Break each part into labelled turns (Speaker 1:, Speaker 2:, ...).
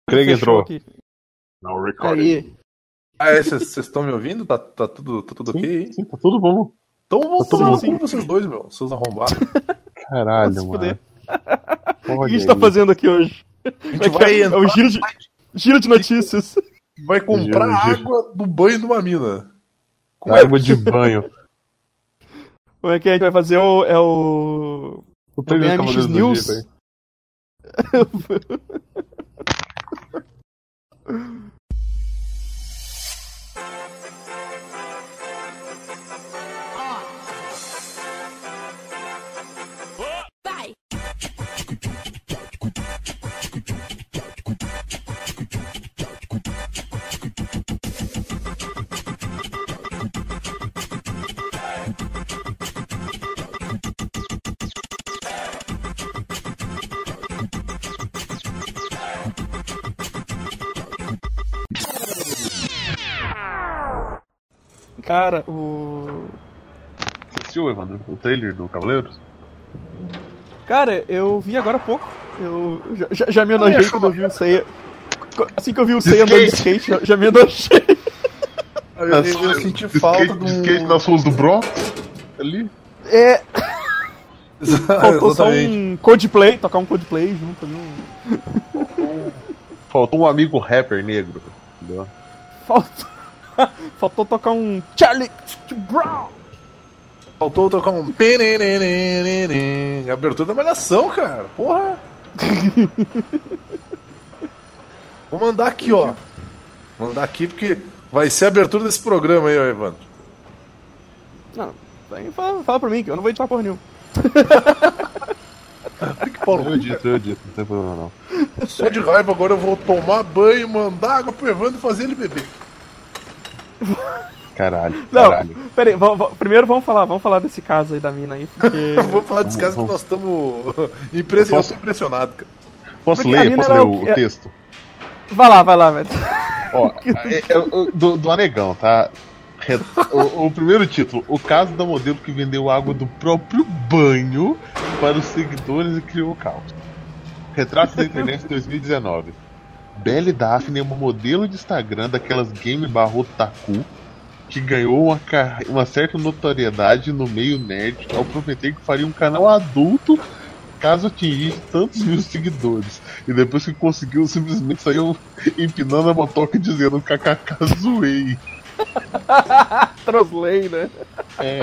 Speaker 1: Craig entrou.
Speaker 2: Aqui.
Speaker 1: Não, recording.
Speaker 2: Aí.
Speaker 3: Vocês estão me ouvindo? Tá tudo ok aí?
Speaker 1: Sim, tá tudo bom.
Speaker 3: Então vamos
Speaker 1: tudo
Speaker 3: tomar
Speaker 1: bom.
Speaker 3: no cu vocês dois, meu. Seus arrombados.
Speaker 1: Caralho,
Speaker 2: Se
Speaker 1: mano.
Speaker 2: fuder.
Speaker 1: Olha
Speaker 2: O que a gente tá
Speaker 1: aí.
Speaker 2: fazendo aqui hoje?
Speaker 3: A gente vai
Speaker 2: É o giro de notícias.
Speaker 3: vai comprar
Speaker 1: Giro.
Speaker 3: água do banho de uma mina.
Speaker 1: Água de banho.
Speaker 2: Como é que a gente vai fazer o
Speaker 1: O trailer
Speaker 2: MX
Speaker 1: Cavaleiros do
Speaker 2: News.
Speaker 1: Zodíaco aí.
Speaker 4: Vai!
Speaker 2: Cara, o...
Speaker 1: Assistiu, Evandro? O trailer do Cavaleiros?
Speaker 2: Cara, eu vi agora há pouco. Eu já me enojei quando eu vi o Seiya. Assim que eu vi o Seiya andando de skate, já me enojei.
Speaker 3: Eu senti falta
Speaker 1: skate,
Speaker 3: de um...
Speaker 1: skate nas ruas do Bronx? Ali?
Speaker 2: É. Faltou só
Speaker 3: Exatamente.
Speaker 2: um Coldplay, tocar um Coldplay junto ali.
Speaker 1: Faltou um amigo rapper negro. Entendeu?
Speaker 2: Faltou tocar um Charlie Brown.
Speaker 3: Faltou tocar um... Abertura da Malhação, cara. Porra. Vou mandar aqui, ó. Mandar aqui porque vai ser a abertura desse programa aí, ó, Evandro.
Speaker 2: Não, vem, fala pra mim que eu não vou editar porra nenhuma.
Speaker 1: Eu edito, não tem problema não.
Speaker 3: Só de raiva agora eu vou tomar banho, mandar água pro Evandro e fazer ele beber.
Speaker 1: Caralho,
Speaker 2: Não,
Speaker 1: caralho.
Speaker 2: peraí, primeiro vamos falar desse caso aí da mina aí, porque...
Speaker 3: Vou falar desse caso que nós estamos... Eu tô impressionado, cara.
Speaker 1: Posso
Speaker 2: Porque a
Speaker 1: ler,
Speaker 2: mina
Speaker 1: posso
Speaker 2: era
Speaker 1: ler
Speaker 2: o-
Speaker 1: o texto?
Speaker 2: Vai lá, velho.
Speaker 1: Ó, do Anegão, tá? O primeiro título: o caso da modelo que vendeu água do próprio banho para os seguidores e criou caos. Retratos da internet 2019. Belly Daphne é uma modelo de Instagram daquelas game/otaku que ganhou uma certa notoriedade no meio nerd ao prometer que faria um canal adulto caso atingisse tantos mil seguidores. E depois que conseguiu, simplesmente saiu empinando a motoca e dizendo kkk zoei.
Speaker 2: Trosley, né?
Speaker 1: É.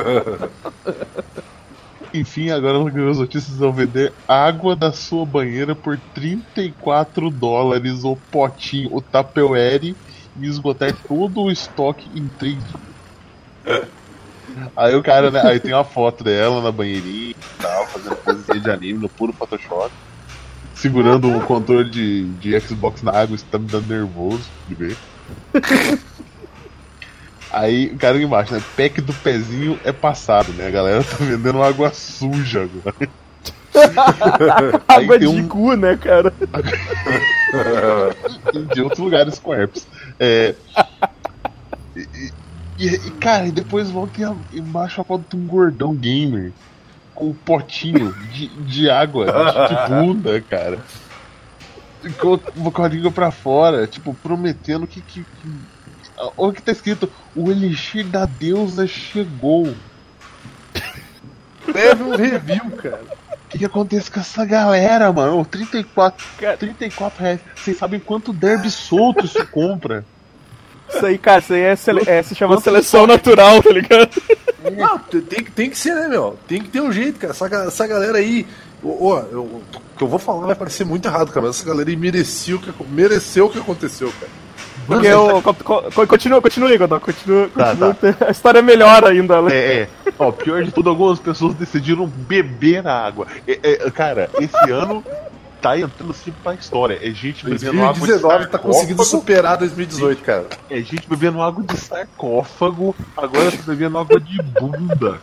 Speaker 1: Enfim, agora ela ganhou as notícias ao vender água da sua banheira por $34 o potinho, o Tupperware, e esgotar todo o estoque em 3 dias. Aí o cara, né, aí tem uma foto dela na banheirinha e tal, fazendo coisinha de anime no puro Photoshop, segurando um controle de Xbox na água, isso tá me dando nervoso de ver. Aí o cara embaixo, né? Pack do pezinho é passado, né? A galera tá vendendo água suja agora.
Speaker 2: Água
Speaker 1: tem
Speaker 2: de cu, né, cara?
Speaker 1: De outros lugares com herpes. Cara, e depois volta embaixo a foto de um gordão gamer com um potinho de água de bunda, cara. Com a língua pra fora, tipo, prometendo que olha o que tá escrito: o elixir da deusa chegou.
Speaker 3: Deve um review, cara.
Speaker 1: O que acontece com essa galera, mano? 34
Speaker 2: Cara.
Speaker 1: reais. Vocês sabem quanto derby solto isso compra?
Speaker 2: Isso aí, cara, isso aí se chama seleção natural, tá ligado?
Speaker 3: Não, tem que ser, né, meu? Tem que ter um jeito, cara. Essa galera aí. O que eu vou falar vai parecer muito errado, cara. Mas essa galera aí mereceu o que aconteceu, cara.
Speaker 2: Porque continua aí, Godó. Continua.
Speaker 1: Tá.
Speaker 2: A história é melhor ainda, né?
Speaker 1: Ó, pior de tudo, algumas pessoas decidiram beber a água. Cara, esse ano tá entrando assim pra história. É gente bebendo água de
Speaker 3: 2019 tá conseguindo
Speaker 1: sarcófago.
Speaker 3: superar 2018, cara.
Speaker 1: É gente bebendo água de sarcófago. Agora tá bebendo água de bunda,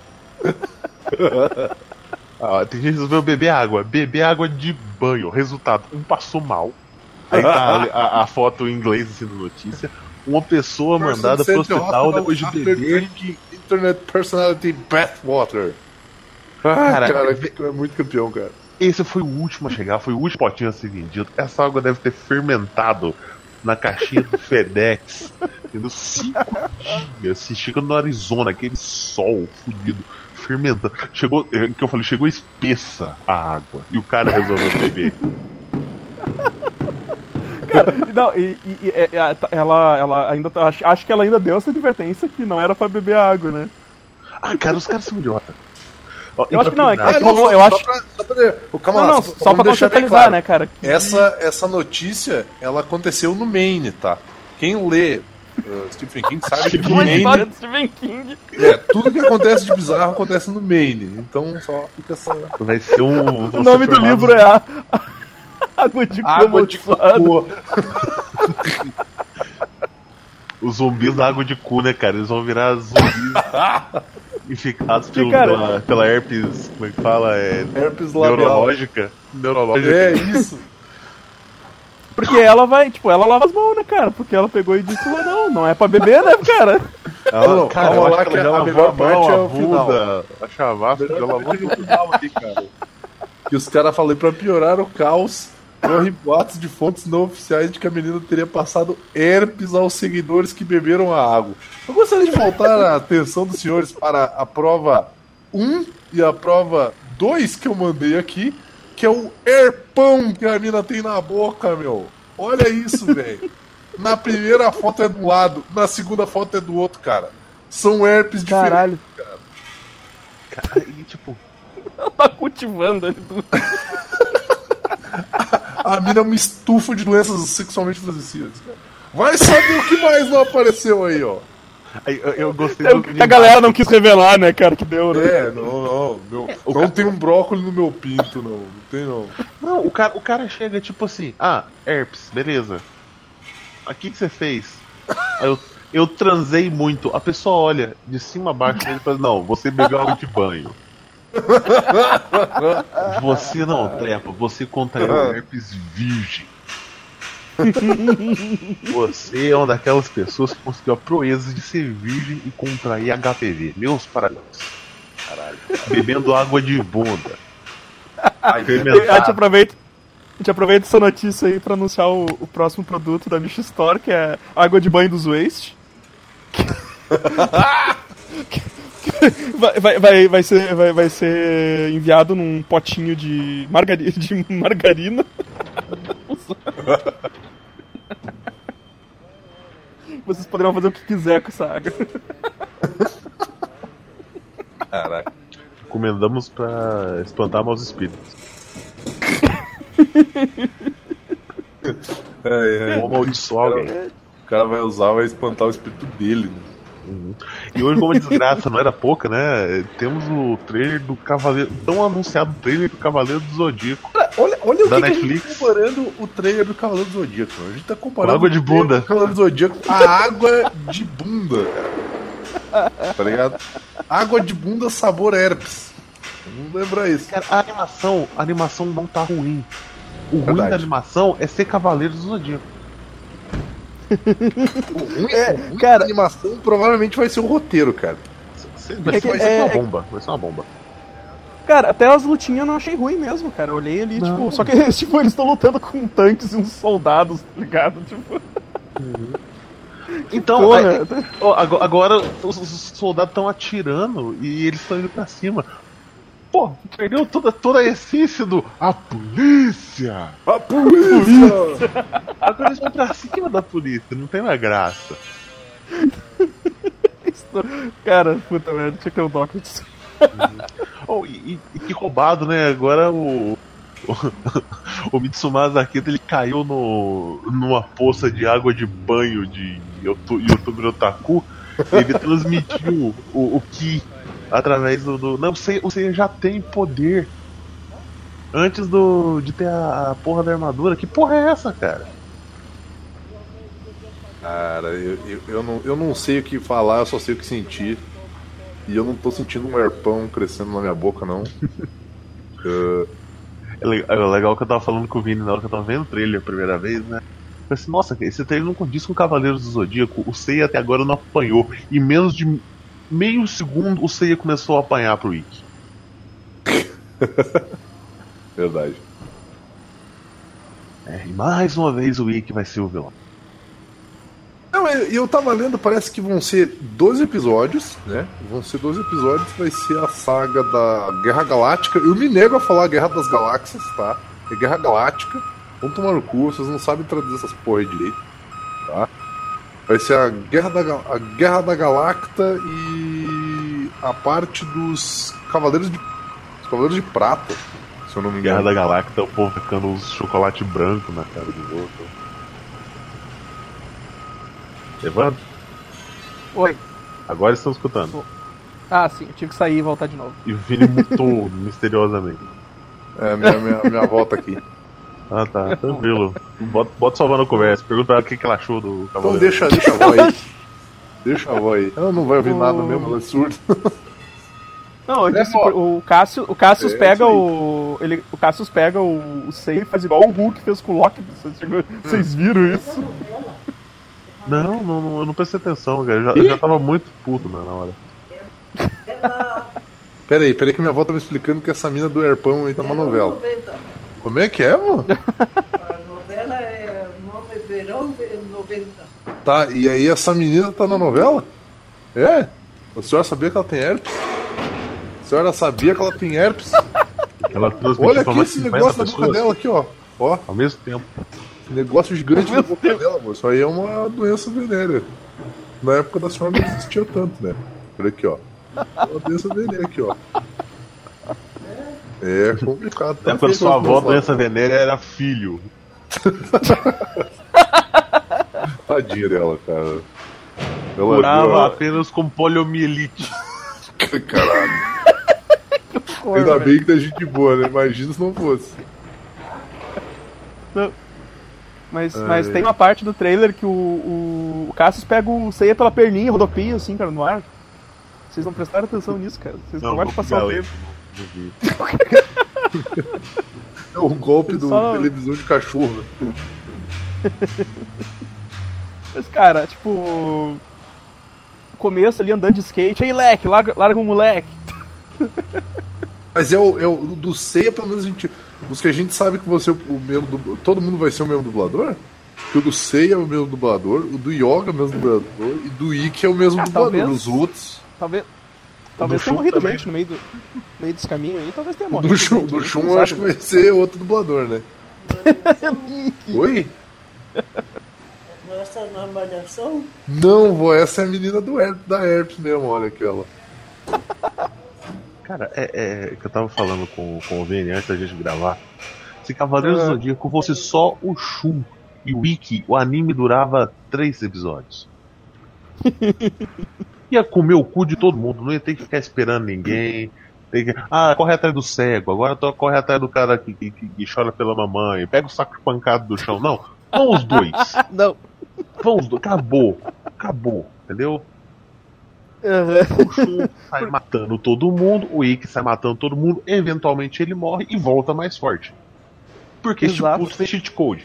Speaker 1: cara. Tem gente que resolveu beber água de banho. Resultado: um passou mal. Aí tá a foto em inglês assim da notícia. Uma pessoa mandada pro hospital depois de beber.
Speaker 3: Internet personality bathwater.
Speaker 1: Cara,
Speaker 3: Cara, é muito campeão, cara.
Speaker 1: Esse foi o último a chegar, foi o último potinho a ser vendido. Essa água deve ter fermentado na caixinha do FedEx. Entendeu? 5 dias. Se chega no Arizona, aquele sol fudido, fermentando. Chegou, que eu falei, chegou espessa a água. E o cara resolveu beber.
Speaker 2: Cara, não, ela ainda. Acho que ela ainda deu essa advertência que não era pra beber água, né?
Speaker 1: Ah, cara, os caras são idiotas.
Speaker 2: Eu acho que não,
Speaker 1: Calma
Speaker 2: lá, só pra contextualizar, né, cara?
Speaker 3: Essa notícia, ela aconteceu no Maine, tá? Quem lê Stephen King sabe que no Maine...
Speaker 2: Stephen King.
Speaker 3: Tudo que acontece de bizarro acontece no Maine. Então só fica essa...
Speaker 1: Vai ser
Speaker 2: O nome do livro é Água de Cu.
Speaker 1: Os zumbis da água de cu, né, cara? Eles vão virar zumbis infectados pela herpes, como é que fala?
Speaker 3: Herpes labial.
Speaker 1: Neurológica.
Speaker 3: É isso.
Speaker 2: Porque ela ela lava as mãos, né, cara? Porque ela pegou e disse, não é pra beber, né, cara?
Speaker 1: Calma lá, que
Speaker 3: a melhor parte é o final.
Speaker 1: A chavasca, ela lavou no final aqui, cara.
Speaker 3: Que os caras falaram pra piorar o caos. Corre boatos de fontes não oficiais de que a menina teria passado herpes aos seguidores que beberam a água. Eu gostaria de voltar a atenção dos senhores para a prova 1 e a prova 2 que eu mandei aqui, que é o herpão que a menina tem na boca, meu. Olha isso, velho. Na primeira foto é do lado, na segunda foto é do outro, cara. São herpes diferentes, cara.
Speaker 1: Cara, e tipo...
Speaker 2: Ela tá cultivando ali tudo.
Speaker 3: A mina é uma estufa de doenças sexualmente transmissíveis, cara. Vai saber o que mais não apareceu aí, ó.
Speaker 1: Eu gostei
Speaker 2: a galera não quis revelar, né, cara, que deu, né?
Speaker 3: Não tem um brócolis no meu pinto, não. Não tem, não.
Speaker 1: Não, o cara chega tipo assim, herpes, beleza. O que você fez? Eu transei muito. A pessoa olha de cima a baixo e fala, não, você bebeu água de banho. Você não trepa, você contraiu herpes virgem. Você é uma daquelas pessoas que conseguiu a proeza de ser virgem e contrair HPV. Meus parabéns. Caralho. Bebendo água de bunda.
Speaker 2: A gente aproveita essa notícia aí pra anunciar o próximo produto da Mish Store, que é água de banho dos Waste. Vai ser enviado num potinho de margarina. Vocês poderão fazer o que quiser com essa água.
Speaker 1: Caraca. Recomendamos pra espantar maus espíritos. Vou amaldiçoar alguém.
Speaker 3: O cara vai usar, vai espantar o espírito dele, né?
Speaker 1: Uhum. E hoje, como desgraça, não era pouca, né? Temos o trailer do Cavaleiro. Tão anunciado o trailer do Cavaleiro do Zodíaco.
Speaker 3: Olha o
Speaker 1: da
Speaker 3: que
Speaker 1: Netflix.
Speaker 3: A gente tá comparando o trailer do Cavaleiro do Zodíaco. A gente tá comparando
Speaker 1: água de bunda.
Speaker 3: O Cavaleiro do Zodíaco com a água de bunda. Tá ligado? Água de bunda sabor herpes. Vamos lembrar isso.
Speaker 1: Cara, a animação não tá ruim. O ruim da animação é ser Cavaleiro do Zodíaco.
Speaker 3: Cara, a animação provavelmente vai ser o roteiro, cara.
Speaker 1: Vai ser uma bomba. Vai ser uma bomba.
Speaker 2: Cara, até as lutinhas eu não achei ruim mesmo, cara. Eu olhei ali, tipo, só que eles estão lutando com tanques e uns soldados, tá ligado? Tipo.
Speaker 1: Então, agora os soldados estão atirando e eles estão indo pra cima. Pô, perdeu toda a essência do A polícia!
Speaker 3: A polícia!
Speaker 1: Agora eles vão pra cima da polícia, não tem mais graça.
Speaker 2: Cara, puta merda, tinha que ter um doc disso.
Speaker 1: E que roubado, né? Agora o Mitsumasa Akita, ele caiu numa poça de água de banho de youtuber otaku. Ele transmitiu o Ki através do. Não, você já tem poder antes de ter a porra da armadura. Que porra é essa, cara?
Speaker 3: Cara, eu não sei o que falar, eu só sei o que sentir. E eu não tô sentindo um herpão crescendo na minha boca, não.
Speaker 1: É legal que eu tava falando com o Vini na hora que eu tava vendo o trailer a primeira vez, né? Eu pensei, nossa, esse trailer não condiz com Cavaleiros do Zodíaco. O Seiya até agora não apanhou. Em menos de meio segundo o Seiya começou a apanhar pro Ikki.
Speaker 3: Verdade.
Speaker 1: E mais uma vez o Ikki vai ser o vilão.
Speaker 3: Não, eu tava lendo, parece que vão ser 12 episódios, né? Vão ser 12 episódios, vai ser a saga da Guerra Galáctica. Eu me nego a falar Guerra das Galáxias, tá? É Guerra Galáctica. Vamos tomar no cu, vocês não sabem traduzir essas porra direito, tá? Vai ser a Guerra da Galacta e a parte dos Cavaleiros de Prata, se eu não me engano.
Speaker 1: Guerra da Galacta, o povo ficando uns chocolate branco na cara dos outros. Evandro?
Speaker 2: Oi.
Speaker 1: Agora estão escutando.
Speaker 2: Ah, sim, eu tive que sair e voltar de novo.
Speaker 1: E o Vini mutou misteriosamente.
Speaker 3: Minha volta aqui.
Speaker 1: Ah, tá, tranquilo. Bota sua avó na conversa, pergunta pra ela o que ela achou do
Speaker 3: Então
Speaker 1: Cavaleiro.
Speaker 3: deixa a avó aí. Deixa a avó aí. Ela não vai ouvir nada mesmo, ela é surda.
Speaker 2: Não, eu disse, o Cassius pega o Cassius pega o Seiya e faz igual o Hulk fez com o Loki. Vocês viram isso?
Speaker 1: Não, eu não prestei atenção, cara. Eu já tava muito puto na hora.
Speaker 3: Peraí que minha avó tá me explicando que essa mina do Herpão aí tá uma novela. Como é que é, mano?
Speaker 5: A novela é Nome Verão de 90.
Speaker 3: Tá, e aí essa menina tá na novela? É? A senhora sabia que ela tem herpes? A senhora sabia que ela tem herpes?
Speaker 1: Ela transmitiu
Speaker 3: Olha
Speaker 1: pra
Speaker 3: aqui
Speaker 1: mais
Speaker 3: esse
Speaker 1: 50
Speaker 3: negócio na boca
Speaker 1: pessoas
Speaker 3: dela aqui, ó. Ó,
Speaker 1: ao mesmo tempo.
Speaker 3: esse negócio gigante na boca dela, moço. Isso aí é uma doença venérea. Na época da senhora não existia tanto, né? Olha aqui, ó. Uma doença venérea aqui, ó. É complicado.
Speaker 1: Até quando sua avó, doença venérea, era filho.
Speaker 3: Tadinha dela, cara. Ela
Speaker 1: Curava apenas com poliomielite.
Speaker 3: Caralho. Ainda bem que tá gente boa, né? Imagina se não fosse.
Speaker 2: Não. Mas tem uma parte do trailer que o Cassius pega o Seiya pela perninha, rodopia assim, cara, no ar. Vocês não prestaram atenção nisso, cara. Vocês não podem passar o tempo.
Speaker 3: É o golpe do
Speaker 2: Só...
Speaker 3: televisão de cachorro.
Speaker 2: Mas, cara, tipo... Começo ali andando de skate. Aí, leque, larga o moleque.
Speaker 3: Mas é o do Seiya, pelo menos a gente... Os que a gente sabe que você o mesmo dublador. Todo mundo vai ser o mesmo dublador? Porque o do Seiya é o mesmo dublador, o do Yoga é o mesmo dublador, e do Ikki é o mesmo dublador.
Speaker 2: Talvez,
Speaker 3: os outros...
Speaker 2: Talvez tenha morrido gente no meio desse caminho aí. Talvez tenha morrido.
Speaker 3: Do Shun eu acho que vai ser outro dublador, né? Oi?
Speaker 5: Nossa, na malhação?
Speaker 3: Não, vô, essa é a menina da herpes mesmo, olha aquela.
Speaker 1: Cara, que eu tava falando com o Vini antes da gente gravar. Se Cavaleiros do Zodíaco fosse só o Shun e o Ikki, o anime durava 3 episódios. Ia comer o cu de todo mundo, não ia ter que ficar esperando ninguém. Corre atrás do cego, agora corre atrás do cara que chora pela mamãe, pega o saco de pancada do chão. Não, vão os dois.
Speaker 2: Não.
Speaker 1: Vão os dois, acabou, entendeu? O Shun sai matando todo mundo, o Ikki sai matando todo mundo, eventualmente ele morre e volta mais forte. Porque
Speaker 2: Exato.
Speaker 1: tipo, tem cheat code.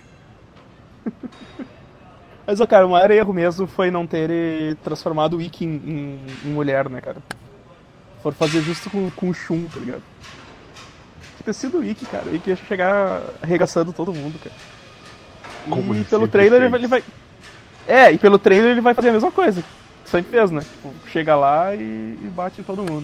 Speaker 2: Mas, cara, o maior erro mesmo foi não ter transformado o Ikki em mulher, né, cara? For fazer justo com o Shun, tá ligado? Tinha ter sido o Ikki, cara. O Ikki ia chegar arregaçando todo mundo, cara.
Speaker 1: Como
Speaker 2: e
Speaker 1: ele
Speaker 2: pelo
Speaker 1: sempre
Speaker 2: trailer
Speaker 1: fez.
Speaker 2: ele vai... E pelo trailer ele vai fazer a mesma coisa. Sempre fez, né? Tipo, chega lá e bate em todo mundo.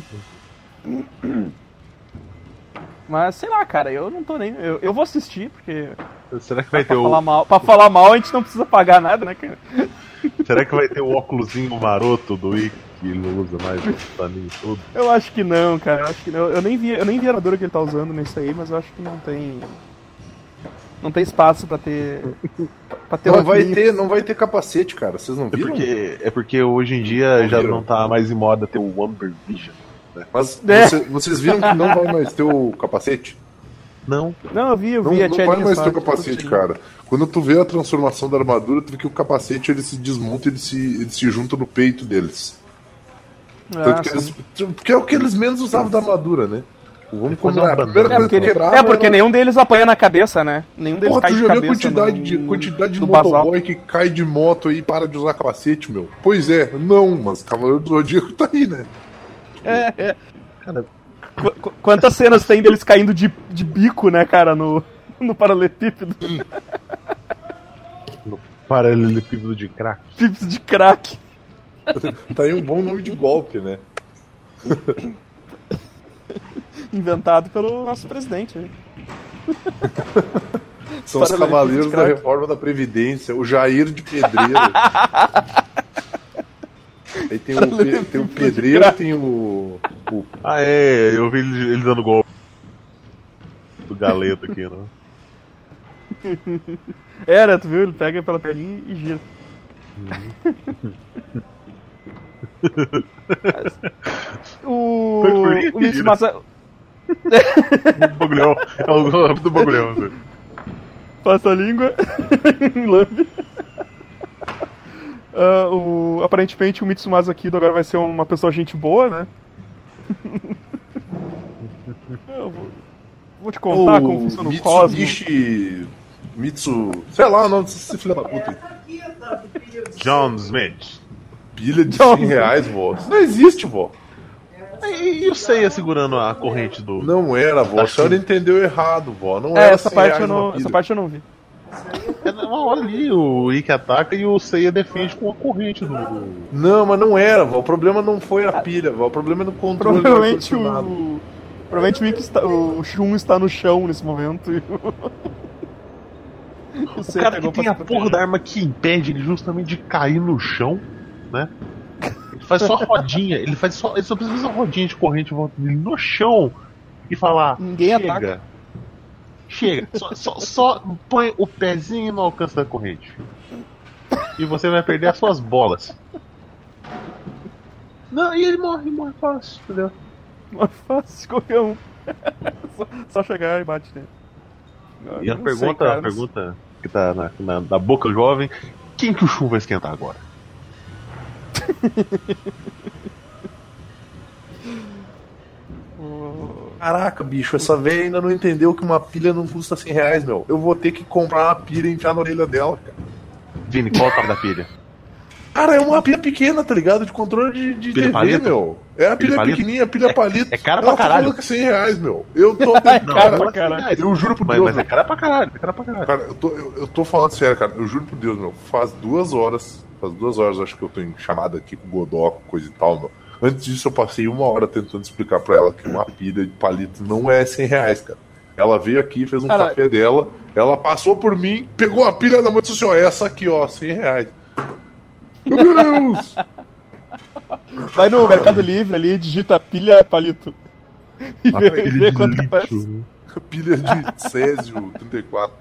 Speaker 2: Mas, sei lá, cara, eu não tô nem... Eu vou assistir, porque...
Speaker 1: Será que vai ter
Speaker 2: Pra falar mal, a gente não precisa pagar nada, né, cara?
Speaker 1: Será que vai ter o óculosinho maroto do Ikki que ele não usa mais o anime todo?
Speaker 2: Eu acho que não, cara. Eu acho que não. Eu nem vi a armadura que ele tá usando nisso aí, mas eu acho que não tem. Não tem espaço pra ter.
Speaker 3: Não vai ter capacete, cara. Vocês não viram?
Speaker 1: É porque hoje em dia já não tá mais em moda ter o Wonder Vision. Né?
Speaker 3: Mas vocês viram que não vai mais ter o capacete?
Speaker 1: Não.
Speaker 2: Não, eu vi
Speaker 3: Não vai mais ter o capacete, cara. Quando tu vê a transformação da armadura, tu vê que o capacete ele se desmonta e ele se junta no peito deles. Porque é o que eles menos usavam da armadura, né? Vamos combinar.
Speaker 2: Porque nenhum deles apanha na cabeça, né? Nenhum deles cai
Speaker 3: tu
Speaker 2: de
Speaker 3: já viu
Speaker 2: cabeça.
Speaker 3: a quantidade de motoboy que cai de moto aí e para de usar capacete, meu? Pois é, não, mas Cavaleiro do Zodíaco tá aí, né?
Speaker 2: É.
Speaker 1: Cara,
Speaker 2: Quantas cenas tem deles caindo de bico, né, cara, no paralelepípedo?
Speaker 1: No paralelepípedo de crack.
Speaker 2: Pips de crack.
Speaker 3: Tá aí um bom nome de golpe, né?
Speaker 2: Inventado pelo nosso presidente. Né?
Speaker 3: São os
Speaker 2: Paralelepípedo
Speaker 3: cavaleiros
Speaker 2: de
Speaker 3: da
Speaker 2: crack.
Speaker 3: reforma da Previdência, o Jair de Pedreiro. Aí tem o Pedreiro, tem o.
Speaker 1: Ah, é, eu vi ele dando golpe. Do galeto aqui, né?
Speaker 2: Era, tu viu? Ele pega pela perninha e gira. O Mitsumasa...
Speaker 1: O bagulhão. É o golpe do bagulhão. Assim.
Speaker 2: Passa a língua. Lambe. Aparentemente o Mitsumasa Kido agora vai ser uma pessoa gente boa, né? Eu vou te contar como funciona o Cosmo.
Speaker 3: Sei lá o nome desse filho da puta.
Speaker 1: John Smith.
Speaker 3: Pilha de 100 reais, vó. Isso não existe, vó.
Speaker 1: E o Seiya segurando a corrente do.
Speaker 3: Não era, vó. A senhora entendeu errado, vó. Não era
Speaker 2: Essa
Speaker 3: 100
Speaker 2: parte,
Speaker 3: reais uma pilha.
Speaker 2: essa parte eu não vi.
Speaker 1: É uma hora ali, o Ikki ataca e o Seiya defende com a corrente do.
Speaker 3: Não, mas não era, vó. O problema não foi a pilha, vó. O problema é no controle do
Speaker 2: Provavelmente
Speaker 3: ar-condicionado.
Speaker 2: Provavelmente o Shun está no chão nesse momento. E
Speaker 1: O cara que tem a porra da arma que impede ele justamente de cair no chão, né? Ele faz só rodinha, ele só precisa fazer uma rodinha de corrente em volta dele no chão e falar:
Speaker 2: Ninguém
Speaker 1: chega,
Speaker 2: ataca.
Speaker 1: chega, só põe o pezinho no alcance da corrente e você vai perder as suas bolas. Não, e ele morre fácil, entendeu?
Speaker 2: Mais fácil, qualquer um. Só chegar e bate nele.
Speaker 1: E a
Speaker 2: Não
Speaker 1: pergunta,
Speaker 2: sei, cara.
Speaker 1: a pergunta que tá na boca do jovem: quem que o Shun vai esquentar agora?
Speaker 3: Caraca, bicho, essa velha ainda não entendeu que uma pilha não custa 100 reais, meu. Eu vou ter que comprar uma pilha e enfiar na orelha dela, cara.
Speaker 1: Vini, qual é o tamanho da pilha?
Speaker 3: Cara, é uma pilha pequena, tá ligado? De controle de
Speaker 1: Pilha
Speaker 3: TV,
Speaker 1: palito?
Speaker 3: meu. É a
Speaker 1: Pilha
Speaker 3: pilha
Speaker 1: palito?
Speaker 3: pequenininha, pilha palito.
Speaker 1: É cara
Speaker 3: Ela
Speaker 1: pra caralho.
Speaker 3: falou que 100 reais, meu. Eu tô...
Speaker 1: Não,
Speaker 2: cara
Speaker 1: não é
Speaker 2: pra caralho.
Speaker 1: 100 reais.
Speaker 3: Eu juro por
Speaker 1: Mas,
Speaker 3: Deus,
Speaker 1: mas é
Speaker 3: meu.
Speaker 1: cara pra caralho, é cara pra caralho.
Speaker 3: Cara, eu tô falando sério, cara. Eu juro por Deus, meu. Faz 2 horas, acho que eu tô em chamada aqui com o Godoco, coisa e tal, meu. Antes disso, eu passei 1 hora tentando explicar pra ela que uma pilha de palito não é 100 reais, cara. Ela veio aqui, fez um
Speaker 2: Cara,
Speaker 3: café dela, ela passou por mim, pegou a pilha na mão e disse assim, ó, essa aqui, ó, 100 reais. Meu Deus!
Speaker 2: Vai no Mercado Livre ali, digita pilha palito. E
Speaker 1: Uma
Speaker 2: vê
Speaker 1: pilha de
Speaker 2: quanto
Speaker 1: lixo,
Speaker 2: aparece.
Speaker 1: né?
Speaker 3: Pilha de Césio 34.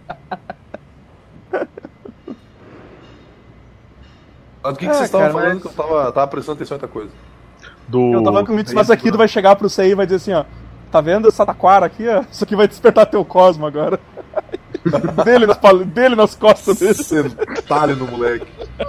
Speaker 3: Mas do que vocês estavam
Speaker 2: cara,
Speaker 3: falando
Speaker 2: mas-
Speaker 3: que eu tava prestando atenção em outra coisa?
Speaker 2: Eu tava falando que o Mitsumasa Kido vai chegar pro Sei e vai dizer assim, ó. Tá vendo essa taquara aqui, ó? Isso aqui vai despertar teu Cosmo agora. dele nas costas dele.
Speaker 3: Sentar no moleque.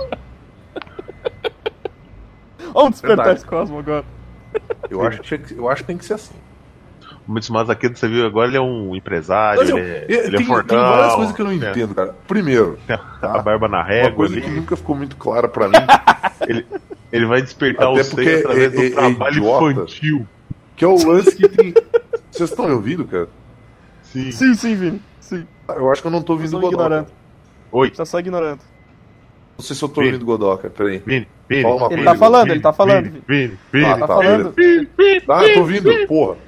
Speaker 2: Vamos despertar
Speaker 3: Verdade.
Speaker 2: esse Cosmo agora.
Speaker 3: Eu acho que tem que ser assim.
Speaker 1: O Mitsumasa Kido, você viu agora, ele é um empresário,
Speaker 3: Mas,
Speaker 1: ele é
Speaker 3: tem
Speaker 1: fortão.
Speaker 3: várias coisas que eu não
Speaker 1: é,
Speaker 3: entendo, cara. Primeiro,
Speaker 1: tem a barba na
Speaker 3: uma
Speaker 1: régua
Speaker 3: coisa
Speaker 1: ali.
Speaker 3: que nunca ficou muito clara pra mim.
Speaker 1: Ele vai despertar
Speaker 3: Até
Speaker 1: o
Speaker 3: porque
Speaker 1: Sei através
Speaker 3: é
Speaker 1: do trabalho
Speaker 3: idiota.
Speaker 1: infantil.
Speaker 3: Que é o lance que tem. Vocês estão me ouvindo, cara?
Speaker 1: Sim.
Speaker 2: Sim, Vini. Sim.
Speaker 3: Eu acho que eu não tô ouvindo o
Speaker 2: Estou
Speaker 3: Godoka.
Speaker 2: ignorando.
Speaker 1: Oi,
Speaker 2: Tá só ignorando.
Speaker 3: Não sei se eu tô
Speaker 1: Vini.
Speaker 3: ouvindo o Godoka, peraí.
Speaker 1: Vini.
Speaker 3: Fala uma
Speaker 2: Ele
Speaker 3: coisa,
Speaker 2: tá falando,
Speaker 1: Vini,
Speaker 2: ele tá falando.
Speaker 1: Vini.
Speaker 3: Ah,
Speaker 2: Tá
Speaker 3: tá,
Speaker 2: falando.
Speaker 3: Tá, tô ouvindo, porra.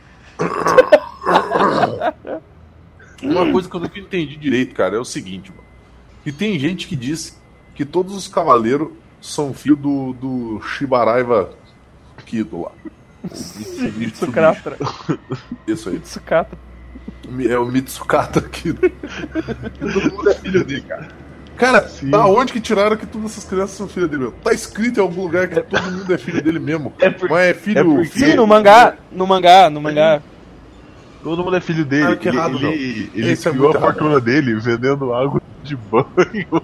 Speaker 3: Uma coisa que eu nunca entendi direito, cara, é o seguinte, mano. Que tem gente que diz que todos os cavaleiros são filho do Shibaraiva Kido lá.
Speaker 2: Tsukatra.
Speaker 3: Isso aí.
Speaker 2: Tsukatra.
Speaker 3: É o Mitsukata Kido. Todo mundo é filho dele, cara. Cara, da onde que tiraram que todas essas crianças são filhas dele? Meu? Tá escrito em algum lugar que todo mundo é filho dele mesmo. Mas é filho.
Speaker 2: Sim, no mangá. No mangá.
Speaker 1: Todo mundo é filho dele.
Speaker 3: Ah, que errado,
Speaker 1: ele
Speaker 3: Isso é
Speaker 1: criou
Speaker 3: muito
Speaker 1: a fortuna dele vendendo água de banho.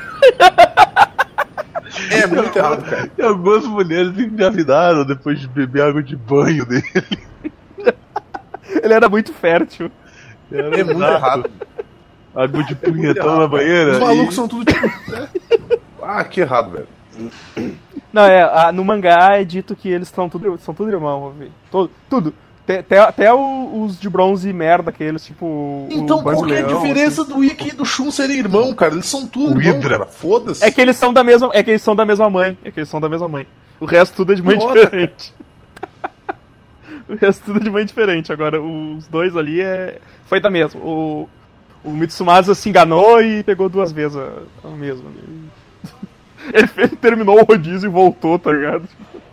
Speaker 3: É muito errado, cara.
Speaker 1: E algumas mulheres engravidaram depois de beber água de banho dele.
Speaker 2: Ele era muito fértil.
Speaker 1: Era
Speaker 3: É muito
Speaker 1: exato.
Speaker 3: errado.
Speaker 1: Água de punhetão na banheira.
Speaker 3: Os malucos são tudo tipo. Ah, que errado, velho.
Speaker 2: Não, no mangá é dito que eles são tudo irmão, vi. Tudo. Até os de bronze merda, aqueles, tipo.
Speaker 3: Então, qual que é a diferença do Ikki e do Shun serem irmão, cara? Eles são tudo irmão, cara. Foda-se.
Speaker 2: É que eles são da mesma. É que eles são da mesma mãe. O resto tudo é de mãe diferente. O resto tudo é de mãe diferente. Agora, os dois ali foi da mesma. O Mitsumasa se enganou e pegou 2 vezes a mesma. Ele terminou o rodízio e voltou, tá ligado?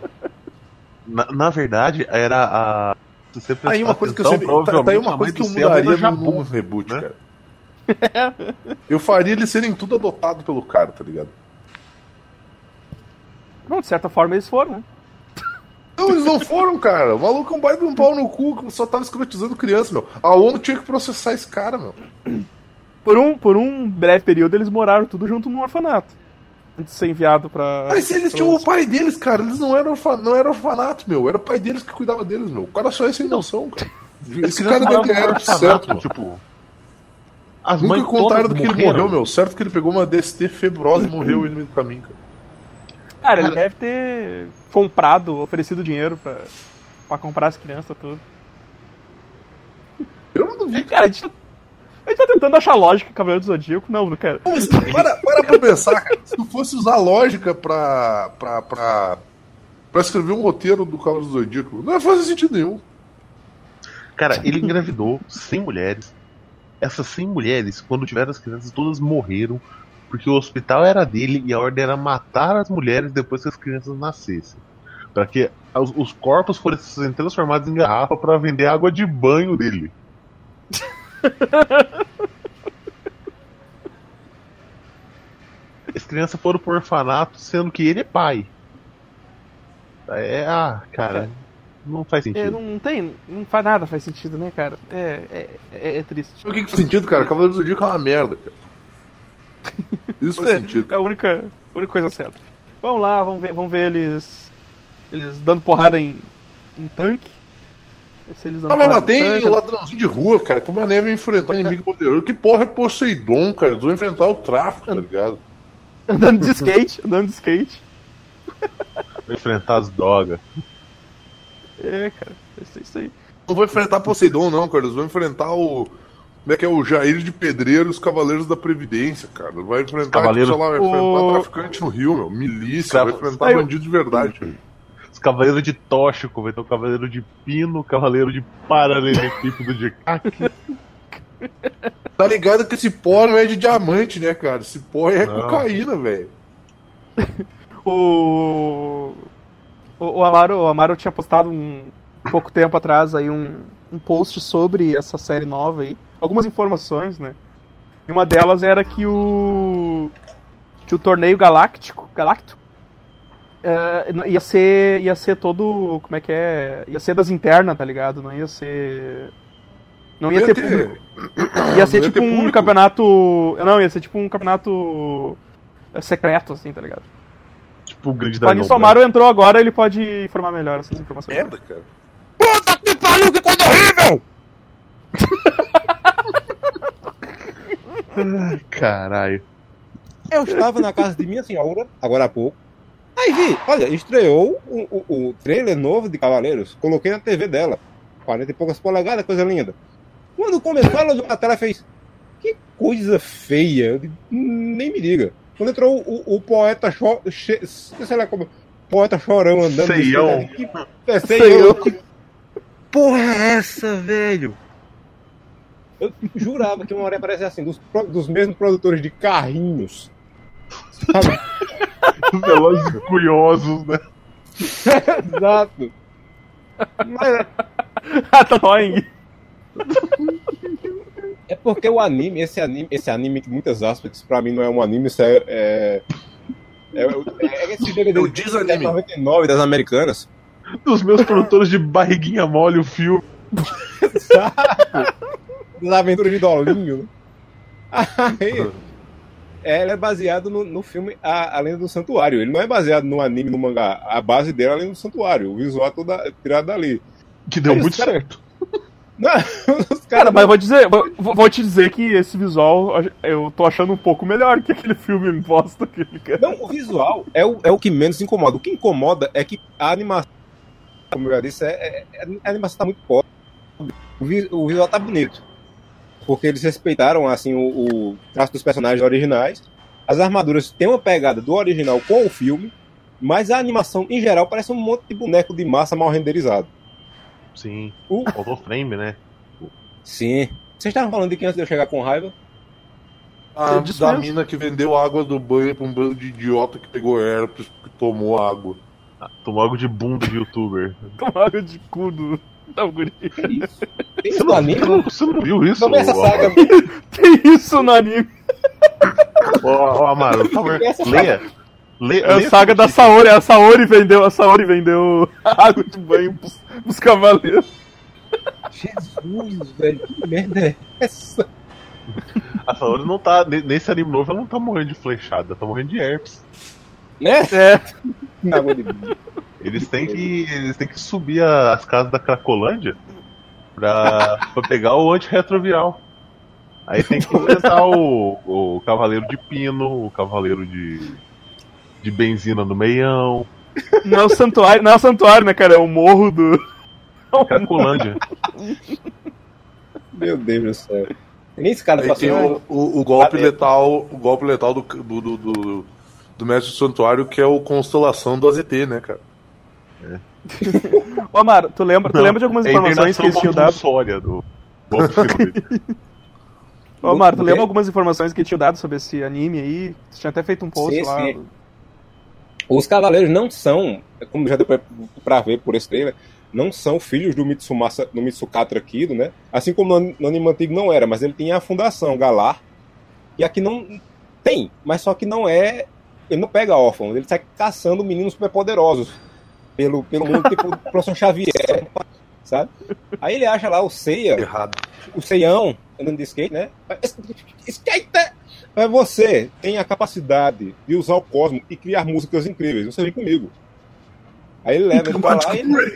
Speaker 1: Na verdade, era a. Se você prestar
Speaker 3: aí uma coisa
Speaker 1: atenção,
Speaker 3: que eu sempre, tá aí uma coisa que eu mudaria no reboot, cara. Eu faria eles serem tudo adotados pelo cara, tá ligado?
Speaker 2: Não, de certa forma eles foram, né?
Speaker 3: Não, eles não foram, cara. O maluco é um baita de um pau no cu que só tava escrotizando criança, meu. A ONU tinha que processar esse cara, meu.
Speaker 2: Por um breve período eles moraram tudo junto num orfanato. Antes de ser enviado pra.
Speaker 3: Mas eles tinham o pai deles, cara. Eles não eram orfanato, meu. Era o pai deles que cuidava deles, meu. O cara só é sem noção, cara. Esse cara deve ter certo, meu.
Speaker 1: Tipo.
Speaker 3: Nunca contaram do que ele morreu, meu. Certo que ele pegou uma DST febrosa e morreu no meio do caminho, cara.
Speaker 2: Cara, ele deve ter oferecido dinheiro pra comprar as crianças tudo.
Speaker 3: Eu não duvido.
Speaker 2: Cara, a gente tá tentando achar lógica em Cavaleiro do Zodíaco, não, cara.
Speaker 3: Mas para pra pensar, cara. Se tu fosse usar lógica pra escrever um roteiro do Cavaleiro do Zodíaco, não ia fazer sentido nenhum.
Speaker 1: Cara, ele engravidou 100 mulheres. Essas 100 mulheres, quando tiveram as crianças, todas morreram. Porque o hospital era dele e a ordem era matar as mulheres depois que as crianças nascessem. Para que os corpos fossem transformados em garrafa para vender água de banho dele. As crianças foram pro orfanato sendo que ele é pai. Cara, não faz sentido.
Speaker 2: Não faz nada, faz sentido, né, cara? É triste.
Speaker 3: O que faz sentido, cara? Cavaleiro do Zodíaco é uma merda, cara. Isso faz sentido.
Speaker 2: É a única coisa certa. Vamos lá, vamos ver eles dando porrada em tanque. Se eles
Speaker 3: mas tem ladrãozinho de rua, cara. Como a neve enfrentar inimigo poderoso. Que porra é Poseidon, cara? Eles vão enfrentar o tráfico, tá ligado?
Speaker 2: Andando de skate.
Speaker 1: Vai enfrentar as drogas.
Speaker 2: Cara, é isso aí.
Speaker 3: Não vão enfrentar Poseidon, não, cara. Eles vão enfrentar o. Como é que é? O Jair de Pedreiro e os Cavaleiros da Previdência, cara. Vai enfrentar, vai enfrentar traficante no Rio, meu. Milícia, vai enfrentar bandido de verdade.
Speaker 1: Os Cavaleiros de Tóxico, vai ter o Cavaleiro de Pino, o Cavaleiro de Paralelepípedo de Kaki.
Speaker 3: Tá ligado que esse pó não é de diamante, né, cara? Esse pó é cocaína, velho.
Speaker 2: O Amaro tinha postado pouco tempo atrás aí um post sobre essa série nova aí. Algumas informações, né? E uma delas era que o torneio Galacto ia ser todo, como é que é? Ia ser das internas, tá ligado? Não ia ter público. Ia ser tipo um campeonato. Não, ia ser tipo um campeonato secreto, assim, tá ligado?
Speaker 1: Tipo o grande da
Speaker 2: O Amaro entrou agora, ele pode informar melhor essas informações.
Speaker 3: Merda, cara.
Speaker 6: Puta que pariu, que coisa horrível!
Speaker 1: Caralho.
Speaker 6: Eu estava na casa de minha senhora, agora há pouco. Aí vi, olha, estreou o trailer novo de Cavaleiros. Coloquei na TV dela. 40 e poucas polegadas, coisa linda. Quando começou, ela olhou na tela e fez: que coisa feia. Eu digo, nem me diga. Quando entrou o poeta sei lá como. Poeta chorão andando.
Speaker 3: Seião.
Speaker 6: Seião. Que porra é essa, velho? Eu jurava que uma hora ia aparecer assim, dos mesmos produtores de carrinhos. Sabe?
Speaker 1: Os velozes e curiosos, né?
Speaker 6: Exato. Mas
Speaker 2: Annoying.
Speaker 6: é porque o anime, esse anime que muitas aspas, pra mim não é um anime, isso é esse DVD
Speaker 3: o desanime
Speaker 6: 99 das americanas.
Speaker 1: Dos meus produtores de barriguinha mole, o filme.
Speaker 6: Das aventuras de Dolinho. Aí, ela é baseado no filme A Lenda do Santuário. Ele não é baseado no anime, no mangá. A base dela é a Lenda do Santuário. O visual é todo tirado dali.
Speaker 1: Que deu muito certo.
Speaker 6: Não,
Speaker 2: Cara, mas vou te dizer que esse visual eu tô achando um pouco melhor que aquele filme bosta que ele quer.
Speaker 6: Não, o visual é o que menos incomoda. O que incomoda é que a animação, como eu já disse, a animação tá muito pobre. o visual tá bonito. Porque eles respeitaram, assim, o traço dos personagens originais. As armaduras têm uma pegada do original com o filme, mas a animação, em geral, parece um monte de boneco de massa mal renderizado.
Speaker 1: Sim. Faltou frame, né?
Speaker 6: Sim. Vocês estavam falando de quem antes de eu chegar com raiva?
Speaker 3: Da mina que vendeu água do banho pra um bando de idiota que pegou herpes porque tomou água.
Speaker 1: Tomou água de bunda de youtuber.
Speaker 2: Tomou água de cu do guri.
Speaker 6: Tem isso no anime?
Speaker 1: Você não viu isso?
Speaker 6: Não vê essa saga.
Speaker 2: Tem isso no anime.
Speaker 1: Ô, Amaro, por favor, leia.
Speaker 2: É a saga da Saori. A Saori vendeu água de banho pros cavaleiros.
Speaker 6: Jesus, velho, que merda é essa?
Speaker 1: A Saori não tá. Nesse anime novo, ela não tá morrendo de flechada, tá morrendo de herpes.
Speaker 6: Né?
Speaker 2: É.
Speaker 6: Água de banho.
Speaker 1: Eles têm que subir as casas da Cracolândia pra pegar o antirretroviral. Aí tem que enfrentar o Cavaleiro de Pino, o Cavaleiro de Benzina no Meião.
Speaker 2: Não é o santuário, né, cara? É o morro do.
Speaker 1: Cracolândia.
Speaker 6: Meu Deus do céu. Nem esse cara
Speaker 3: Aí
Speaker 6: passou.
Speaker 3: tem o golpe letal, do Mestre do Santuário, que é o Constelação do AZT, né, cara?
Speaker 2: Ô, Amaro, tu lembra de algumas informações que eles tinham dado?
Speaker 1: Do golpe final.
Speaker 2: Ô, Amaro, tu lembra algumas informações que tinham dado sobre esse anime aí? Você tinha até feito um post lá.
Speaker 6: Sim. Os cavaleiros não são, como já deu pra ver por esse trailer, não são filhos do Mitsukatra Kido, né? Assim como no anime antigo não era, mas ele tinha a fundação Galar. E aqui não tem, mas só que não é. Ele não pega órfãos, ele sai caçando meninos superpoderosos pelo mundo, tipo o professor Xavier, sabe? Aí ele acha lá o Seiya, o Seião, andando de skate, né? Skate! Mas você tem a capacidade de usar o cosmo e criar músicas incríveis, você vem comigo. Aí ele leva ele pra lá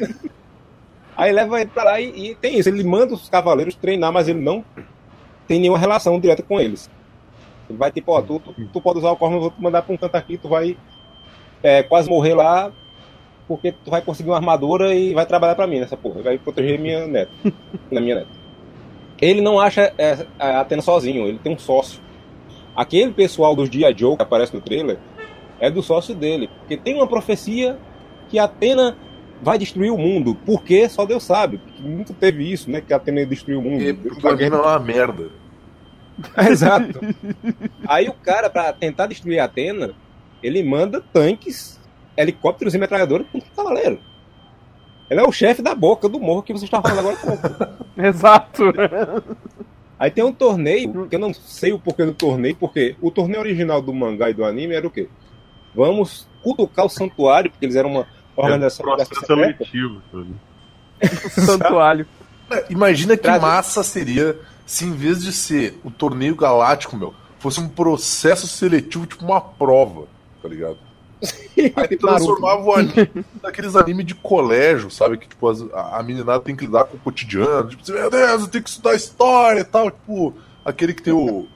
Speaker 6: Aí leva ele pra lá e tem isso. Ele manda os cavaleiros treinar, mas ele não tem nenhuma relação direta com eles. Ele vai tipo, ó, tu pode usar o corno, eu vou te mandar pra um canto aqui, tu vai quase morrer lá, porque tu vai conseguir uma armadura e vai trabalhar pra mim nessa porra. Vai proteger minha neta. minha neta. Ele não acha a Athena sozinho, ele tem um sócio. Aquele pessoal dos G.I. Joe que aparece no trailer é do sócio dele. Porque tem uma profecia que a Athena vai destruir o mundo. Por quê? Só Deus sabe. Porque nunca teve isso, né? Que a Athena destruiu o mundo.
Speaker 3: Porque a guerra é uma merda.
Speaker 6: Exato. Aí o cara, pra tentar destruir a Athena, ele manda tanques, helicópteros e metralhadores contra o cavaleiro. Ele é o chefe da boca do morro que você está falando agora.
Speaker 2: Exato.
Speaker 6: Aí tem um torneio, que eu não sei o porquê do torneio, porque o torneio original do mangá e do anime era o quê? Vamos cutucar o santuário, porque eles eram uma organização
Speaker 1: seletivo.
Speaker 2: Santuário.
Speaker 3: Imagina que massa seria se em vez de ser o torneio galáctico, fosse um processo seletivo, tipo uma prova, tá ligado? Aí transformava o anime naqueles animes de colégio, sabe? Que tipo, a meninada tem que lidar com o cotidiano. Tipo, meu Deus, eu tenho que estudar história e tal. Tipo, aquele que tem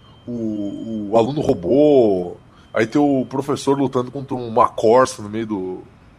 Speaker 3: o aluno robô. Aí tem o professor lutando contra uma corça no meio do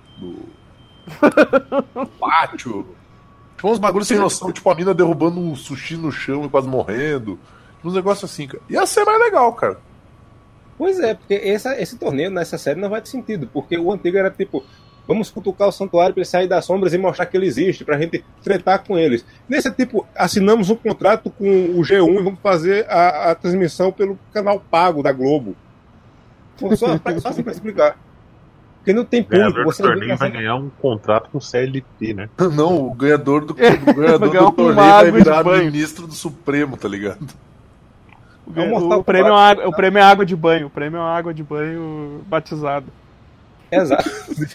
Speaker 3: pátio. Tipo, uns bagulhos sem noção. Tipo, a mina derrubando um sushi no chão e quase morrendo. Uns negócios assim, cara. Ia ser mais legal, cara.
Speaker 6: Pois é, porque esse torneio nessa série não vai ter sentido, porque o antigo era tipo, vamos cutucar o santuário para ele sair das sombras e mostrar que ele existe, pra gente tretar com eles. Nesse tipo, assinamos um contrato com o G1 e vamos fazer a transmissão pelo canal pago da Globo. Só assim pra explicar. Porque não tem público.
Speaker 1: Você vai ganhar um contrato com o CLT, né?
Speaker 3: Não, o ganhador do torneio vai virar ministro do Supremo, tá ligado?
Speaker 2: O prêmio é água de banho. O prêmio é água de banho batizado.
Speaker 6: Exato.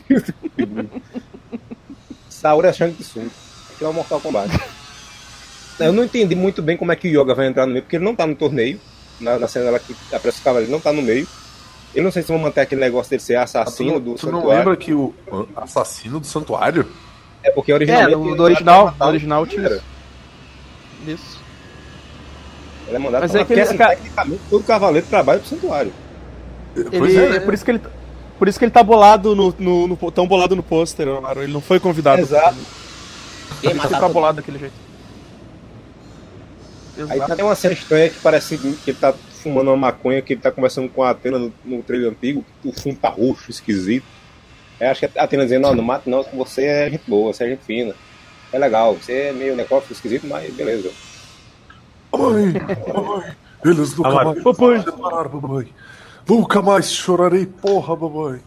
Speaker 6: Saori é Shang Tsung. Aquilo é o Mortal Kombat. Eu não entendi muito bem como é que o Yoga vai entrar no meio, porque ele não tá no torneio. Na cena lá que aparece o cavaleiro, ele não tá no meio. Eu não sei se vão manter aquele negócio dele ser assassino do santuário.
Speaker 3: Tu não lembra que o assassino do santuário?
Speaker 6: É porque originalmente...
Speaker 2: no original tinha isso.
Speaker 6: Ele é mandado
Speaker 2: mas é que
Speaker 6: tecnicamente todo cavaleiro trabalha pro santuário.
Speaker 2: Por isso que ele tá bolado tão bolado no pôster, ele não foi convidado.
Speaker 6: Exato.
Speaker 2: Ele tá bolado daquele jeito.
Speaker 6: Aí tem uma cena estranha que parece que ele tá fumando uma maconha, que ele tá conversando com a Athena no trailer antigo, o fundo tá roxo, esquisito. Aí acho que a Athena dizendo, não mato não, você é gente boa, você é gente fina. É legal, você é meio necrófilo, esquisito, mas beleza.
Speaker 3: Mãe, eles nunca
Speaker 2: Amaro,
Speaker 3: mais
Speaker 2: papai.
Speaker 3: se separaram, mamãe. Nunca mais chorarei, porra, mamãe.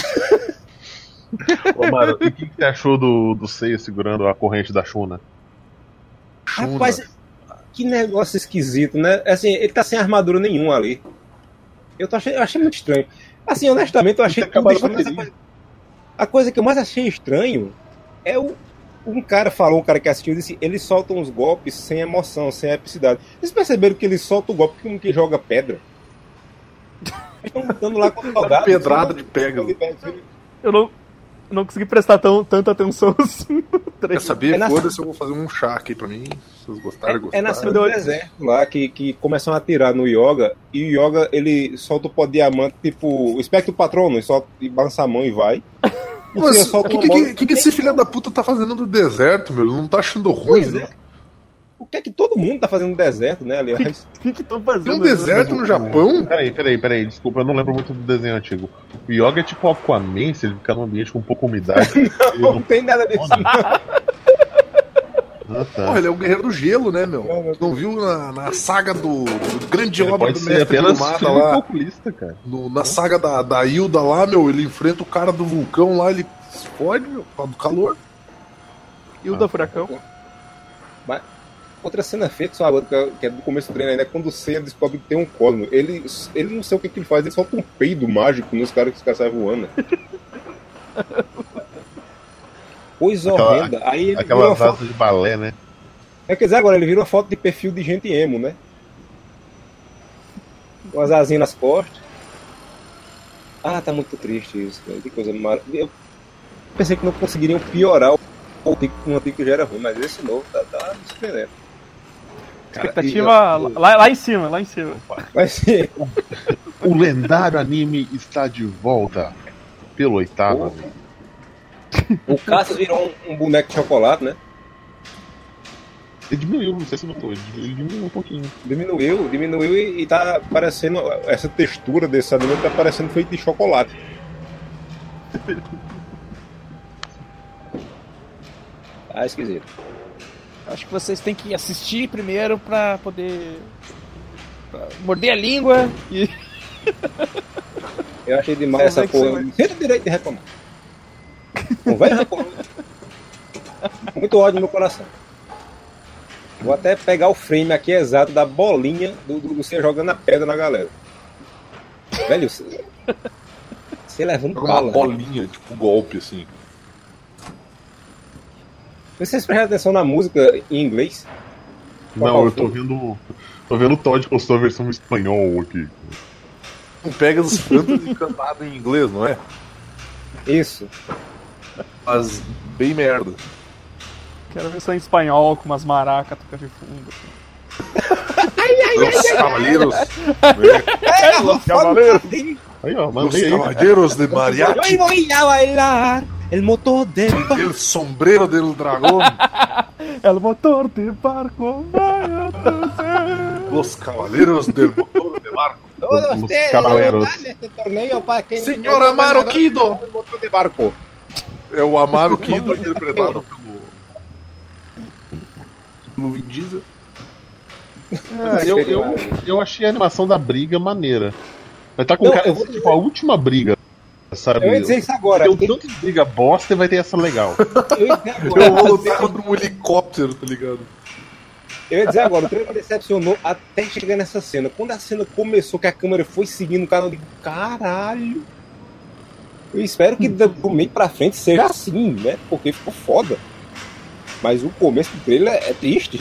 Speaker 1: Ô, Mara, e o que você achou do Seiya segurando a corrente da Shuna?
Speaker 6: Rapaz, que negócio esquisito, né? Assim, ele tá sem armadura nenhuma ali. Eu achei muito estranho. Assim, honestamente, eu achei que a coisa que eu mais achei estranho é um cara que assistiu disse, ele solta uns golpes sem emoção, sem epicidade. Vocês perceberam que ele solta o golpe como que joga pedra? Eles estão lutando lá com o soldado.
Speaker 3: Pedrada de pega.
Speaker 2: Eu não consegui prestar tanta atenção assim no trailer.
Speaker 3: Quer saber?
Speaker 6: na-
Speaker 3: Foda-se, eu vou fazer um chá aqui pra mim. Se vocês gostarem,
Speaker 6: É na
Speaker 3: gostaram.
Speaker 6: cena do deserto lá que começam a atirar no Yoga, e o Yoga ele solta o pó de diamante, tipo o espectro patrono, ele solta e balança a mão e vai. E o
Speaker 3: Mas
Speaker 6: Seiya
Speaker 3: o
Speaker 6: solta uma
Speaker 3: que,
Speaker 6: bola.
Speaker 3: que esse filho da puta tá fazendo no deserto, meu? Ele não tá achando ruim,
Speaker 6: Pois
Speaker 3: né?
Speaker 6: é. O que é que todo mundo tá fazendo no deserto, né, aliás?
Speaker 2: O que estão fazendo?
Speaker 3: Tem um deserto no Japão?
Speaker 1: Peraí, desculpa, eu não lembro muito do desenho antigo. O Yoga é tipo o Aquaman, se ele ficar num ambiente com pouca umidade. ele
Speaker 6: Não tem nada disso.
Speaker 1: Ah, tá.
Speaker 3: Porra, ele é o guerreiro do gelo, né, meu? Não viu na saga do grande
Speaker 1: Ele
Speaker 3: obra
Speaker 1: pode
Speaker 3: do
Speaker 1: ser
Speaker 3: mestre
Speaker 1: apenas
Speaker 3: Kurumada
Speaker 1: filho
Speaker 3: lá?
Speaker 1: calculista, cara.
Speaker 3: Na saga da Hilda lá, meu, ele enfrenta o cara do vulcão lá, ele se fode, meu, por causa do calor.
Speaker 2: Hilda Furacão.
Speaker 6: Mas outra cena feia que só agora, que é do começo do treino ainda, é quando o Seiya descobre que tem um cosmo. Ele não sei o que ele faz, ele solta um peido mágico nos caras que os caras saem voando. Coisa horrenda. Aí ele vira
Speaker 1: Aquelas
Speaker 6: uma foto.
Speaker 1: asas de balé, né?
Speaker 6: Quer dizer, agora ele vira uma foto de perfil de gente emo, né? Com as asinhas nas costas. Ah, tá muito triste isso, cara. Que coisa maravilhosa. Eu pensei que não conseguiriam piorar o antigo que já era ruim, mas esse novo tá me surpreendendo.
Speaker 2: Expectativa lá em cima.
Speaker 6: Vai ser.
Speaker 1: O lendário anime está de volta pelo oitavo. amigo.
Speaker 6: O Cassius virou um boneco de chocolate, né?
Speaker 1: Ele diminuiu, não sei se notou, ele diminuiu um pouquinho.
Speaker 6: Diminuiu e tá parecendo. Essa textura desse anime tá parecendo feito de chocolate. Ah, esquisito.
Speaker 2: Acho que vocês têm que assistir primeiro pra poder morder a língua e.
Speaker 6: Eu achei demais essa porra. Você tem direito de reclamar. Não vai reclamar. Muito ódio no meu coração. Vou até pegar o frame aqui exato da bolinha do você jogando a pedra na galera. Velho, você levando
Speaker 3: Joga
Speaker 6: bala.
Speaker 3: uma bolinha, tipo golpe, assim.
Speaker 6: Vocês prestam atenção na música em inglês?
Speaker 1: Não, eu tô vendo o Todd postou a versão em espanhol aqui.
Speaker 3: Não pega os fantasy cantado em inglês, não é?
Speaker 6: Isso.
Speaker 3: Mas bem merda.
Speaker 2: Quero ver só em espanhol com umas maracas tocando de fundo.
Speaker 3: Os cavaleiros.
Speaker 1: Os cavaleiros. Aí, ó,
Speaker 3: Os
Speaker 1: mandei aí.
Speaker 3: cavaleiros de mariachi.
Speaker 6: voy a bailar el motor de
Speaker 3: El sombrero del dragón.
Speaker 2: El motor de barco vai acontecer.
Speaker 3: Los cavaleiros del motor de barco.
Speaker 6: todos
Speaker 1: Os cavaleiros.
Speaker 6: este torneo para que
Speaker 3: Senhor Amaro Kido.
Speaker 6: el motor de barco.
Speaker 3: É o Amaro Kido interpretado pelo Vin Diesel.
Speaker 1: Eu achei a animação da briga maneira. Mas tá com
Speaker 6: Não,
Speaker 1: cara
Speaker 6: eu
Speaker 1: de
Speaker 6: vou
Speaker 1: ser, tipo, a última briga, sabe?
Speaker 6: Eu ia dizer isso agora.
Speaker 1: Tem um tanto de briga bosta e vai ter essa legal.
Speaker 6: Eu ia dizer
Speaker 3: Eu vou
Speaker 6: agora.
Speaker 3: lutar contra um helicóptero, tá ligado?
Speaker 6: Eu ia dizer agora, o trailer me decepcionou até chegar nessa cena. Quando a cena começou, que a câmera foi seguindo o cara, eu digo, caralho. Eu espero que do meio pra frente seja assim, né? Porque ficou foda. Mas o começo do trailer é triste.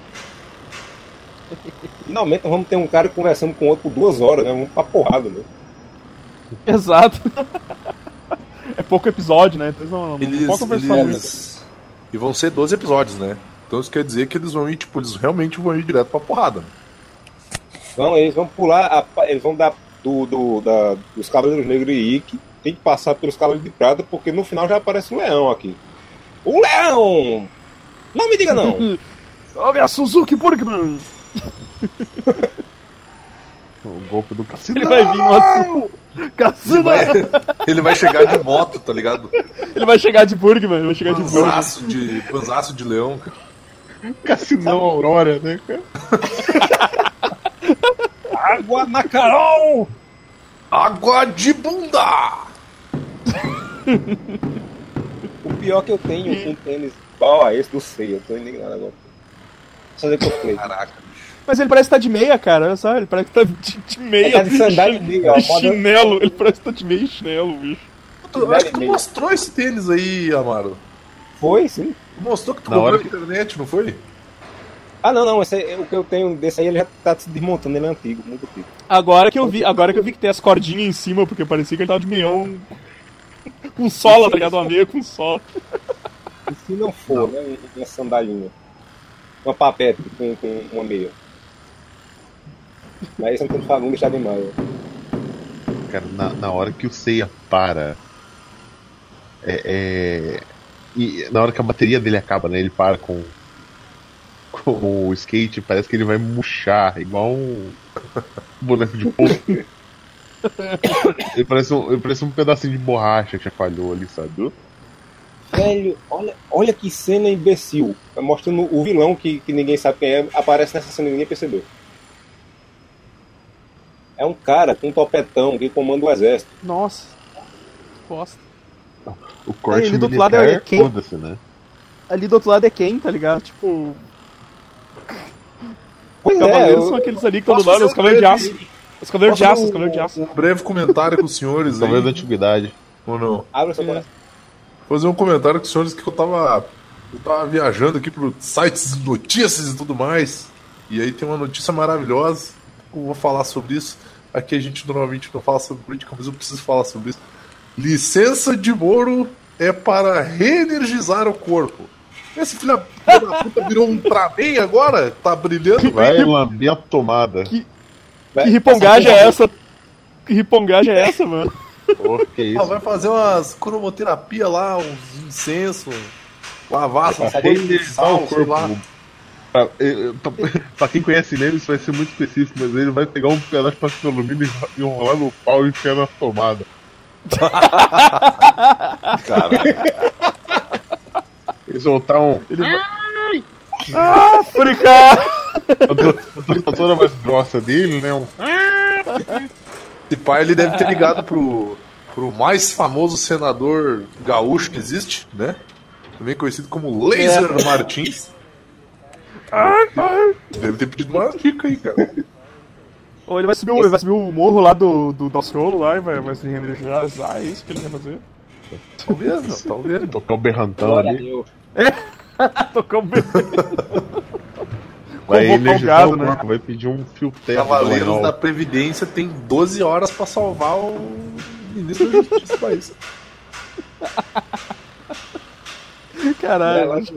Speaker 6: Finalmente nós vamos ter um cara conversando com o outro por 2 horas, né? Vamos pra porrada, né?
Speaker 2: Exato. É pouco episódio, né? Então não pode conversar muito.
Speaker 3: E vão ser 12 episódios, né? Então isso quer dizer que eles vão ir, tipo, eles realmente vão ir direto pra porrada.
Speaker 6: Então eles vão pular, eles vão dar dos Cavaleiros Negros e Ikki, tem que passar pelos Cavaleiros de Prata, porque no final já aparece um leão aqui. O leão! Não me diga não!
Speaker 2: Salve a Suzuki Burgman!
Speaker 1: O golpe do cassino.
Speaker 2: Ele vai vir no assunto. Cassino!
Speaker 3: Ele vai chegar de moto, tá ligado?
Speaker 2: Ele vai chegar de Burgman, ele vai chegar de Burgman.
Speaker 3: Panzaço de leão, cara.
Speaker 1: Cassinão Aurora, né, cara?
Speaker 6: Água na Carol!
Speaker 3: Água de bunda!
Speaker 6: O pior que eu tenho um tênis igual a esse do Sei, eu tô indignado agora. Só fazer cosplay.
Speaker 3: Caraca, bicho.
Speaker 2: Mas ele parece que tá de meia, cara, olha só, ele parece que tá de meia.
Speaker 6: Ele tá de sandália e meia, ó,
Speaker 2: de chinelo, ele parece que tá de meia e chinelo, bicho.
Speaker 3: Tu, acho que tu mostrou esse tênis aí, Amaro.
Speaker 6: Foi, sim.
Speaker 3: Tu mostrou que tu
Speaker 1: Na
Speaker 3: comprou
Speaker 1: hora
Speaker 3: na internet, não foi?
Speaker 6: Ah, não, esse aí, o que eu tenho desse aí, ele já tá se desmontando, ele é antigo, muito antigo.
Speaker 2: Agora que eu vi que tem as cordinhas em cima, porque parecia que ele tava de meião. Com sola, tá ligado? Uma meia com sola.
Speaker 6: E se não for, né, uma sandalinha, uma papete com uma meia. Mas isso não tem que falar, vamos deixar demais.
Speaker 1: Cara, na hora que o Seiya para. E na hora que a bateria dele acaba, né? Ele para com o skate, parece que ele vai murchar, igual um boneco de posto. Ele parece um pedacinho de borracha que falhou ali, sabe?
Speaker 6: Velho, olha que cena imbecil. Tá mostrando o vilão que ninguém sabe quem é, aparece nessa cena e ninguém percebeu. É um cara com um topetão que comanda o exército.
Speaker 2: Nossa. Bosta.
Speaker 1: O corte
Speaker 2: ali do outro
Speaker 1: militar,
Speaker 2: lado é quem?
Speaker 1: foda-se, né?
Speaker 2: Ali do outro lado é quem, tá ligado? Tipo.
Speaker 6: Pois
Speaker 2: Cavaleiros são aqueles ali que estão do lado, os Cavaleiros de Aço. Os Cavaleiros de Aço, os Cavaleiros de Aço.
Speaker 3: Um breve comentário com os senhores
Speaker 1: Talvez da
Speaker 3: aí.
Speaker 1: antiguidade.
Speaker 3: Ou não?
Speaker 6: Abre o seu coração.
Speaker 3: Vou fazer um comentário com os senhores que eu tava viajando aqui pro sites de notícias e tudo mais. E aí tem uma notícia maravilhosa. Eu vou falar sobre isso. Aqui a gente normalmente não fala sobre política, mas eu preciso falar sobre isso. Licença de Moro é para reenergizar o corpo. Esse filho da puta virou um Ultraman agora? Tá brilhando?
Speaker 1: Vai lamber a tomada.
Speaker 2: Que ripongagem é essa? Que ripongagem é essa, mano?
Speaker 1: Pô, que isso?
Speaker 3: Vai fazer umas cromoterapia lá, uns incensos, lavar essas
Speaker 1: Pra
Speaker 3: coisas,
Speaker 1: reenergizar o
Speaker 3: sei
Speaker 1: corpo.
Speaker 3: lá.
Speaker 1: Pra quem conhece ele, isso vai ser muito específico, mas ele vai pegar um pedaço de papel alumínio e enrolar no pau e enfiar na tomada. Eles vão botar um.
Speaker 2: Ah, Furicar!
Speaker 1: A doutora mais grossa dele, né?
Speaker 3: Esse pai ele deve ter ligado pro mais famoso senador gaúcho que existe, né? Também conhecido como Laser Martins. Deve ter pedido uma dica aí, cara.
Speaker 2: Ou ele vai subir o morro lá do nosso rolo lá e vai se reenergizar. Ah, é isso que ele quer fazer.
Speaker 3: Talvez, não, talvez.
Speaker 1: Tocar o berrantão ali.
Speaker 2: Tocar o
Speaker 1: Vai
Speaker 2: convocar o
Speaker 1: energizar
Speaker 2: gado,
Speaker 1: o
Speaker 2: né?
Speaker 1: corpo, vai pedir um fio terra.
Speaker 3: Cavaleiros da Previdência tem 12 horas pra salvar o ministro da Justiça do país.
Speaker 2: Caralho.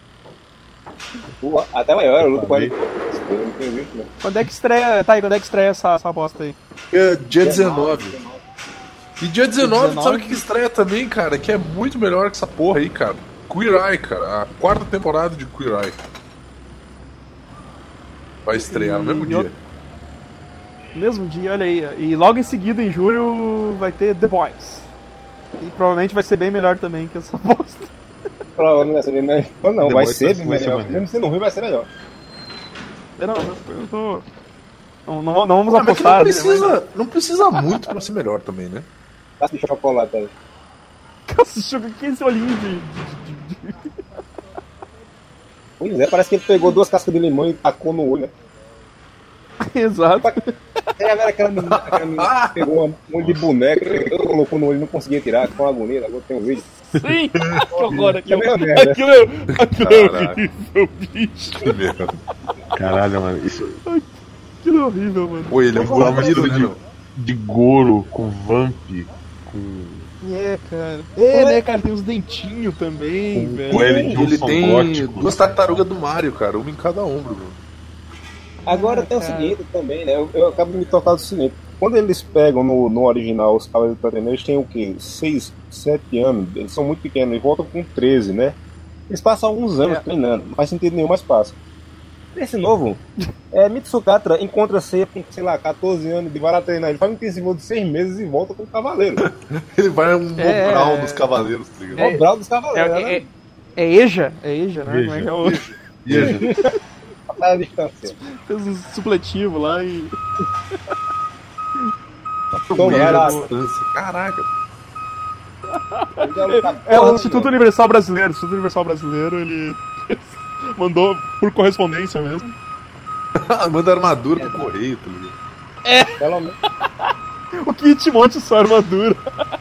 Speaker 6: Até maior, eu luto com ele.
Speaker 2: Quando é que estreia? Tá aí, quando é que estreia essa bosta aí?
Speaker 3: Dia 19. E dia 19,
Speaker 2: 19?
Speaker 3: sabe o que estreia também, cara? Que é muito melhor que essa porra aí, cara. Queer Eye, cara. A 4ª temporada de Queer Eye. Vai estrear no mesmo dia.
Speaker 2: Mesmo dia, olha aí. E logo em seguida, em julho, vai ter The Boys. E provavelmente vai ser bem melhor também que essa bosta.
Speaker 6: Provavelmente vai ser bem melhor. Ou não, vai
Speaker 1: Depois
Speaker 6: ser
Speaker 1: vai
Speaker 6: bem
Speaker 1: ser
Speaker 6: melhor.
Speaker 1: maneiro.
Speaker 6: Mesmo sendo ruim, vai ser melhor.
Speaker 2: Não vamos
Speaker 3: Mas que
Speaker 2: apostar.
Speaker 3: não precisa muito pra ser melhor também, né?
Speaker 6: Tá de chocolate aí.
Speaker 2: Cachorro, que é esse olhinho de...
Speaker 6: Pois é, parece que ele pegou 2 cascas de limão e tacou no olho, né?
Speaker 2: Exato.
Speaker 6: Você já viu aquela menina que pegou um monte de boneca, colocou no olho e não conseguia tirar, com agonia, agora tem um vídeo.
Speaker 2: Sim! Agora aquilo
Speaker 6: É merda.
Speaker 2: é horrível, bicho.
Speaker 3: Que merda.
Speaker 1: Caralho, mano. Isso
Speaker 2: Aquilo é horrível, mano.
Speaker 3: Pô, ele é um
Speaker 1: uma
Speaker 3: vampiro,
Speaker 1: mistura
Speaker 3: né, meu?
Speaker 1: de Goro com Vamp, com
Speaker 2: É, cara. É, né, cara? Tem uns dentinhos também,
Speaker 1: Com
Speaker 2: velho.
Speaker 1: ele de um
Speaker 3: Ele
Speaker 1: som
Speaker 3: tem
Speaker 1: gótico.
Speaker 3: 2 tartarugas do Mario, cara. Uma em cada ombro, meu.
Speaker 6: Agora tem o seguinte também, né? Eu acabo de me tocar do seguinte. Quando eles pegam no original os Cavaleiros do Platino, eles têm o quê? 6, 7 anos. Eles são muito pequenos e voltam com 13, né? Eles passam alguns anos treinando. Não faz sentido nenhum, mas passam. Esse novo, Mitsukatra encontra C com, sei lá, 14 anos de Varatena. Ele faz um intensivão de 6 meses e volta com o cavaleiro.
Speaker 3: Ele vai um Mobral dos Cavaleiros, tá ligado?
Speaker 6: Mobral dos cavaleiros, né?
Speaker 2: É EJA? É EJA, né?
Speaker 1: EJA.
Speaker 2: Como é que é o...
Speaker 6: A distância.
Speaker 2: Fez um supletivo lá e...
Speaker 6: Toma,
Speaker 3: Meia
Speaker 6: vai lá.
Speaker 3: distância. Caraca.
Speaker 2: É o Instituto Universal Brasileiro. O Instituto Universal Brasileiro, ele mandou por correspondência mesmo.
Speaker 3: Manda armadura pro correio, tá ligado?
Speaker 6: Pelo menos.
Speaker 2: O kit monte só armadura.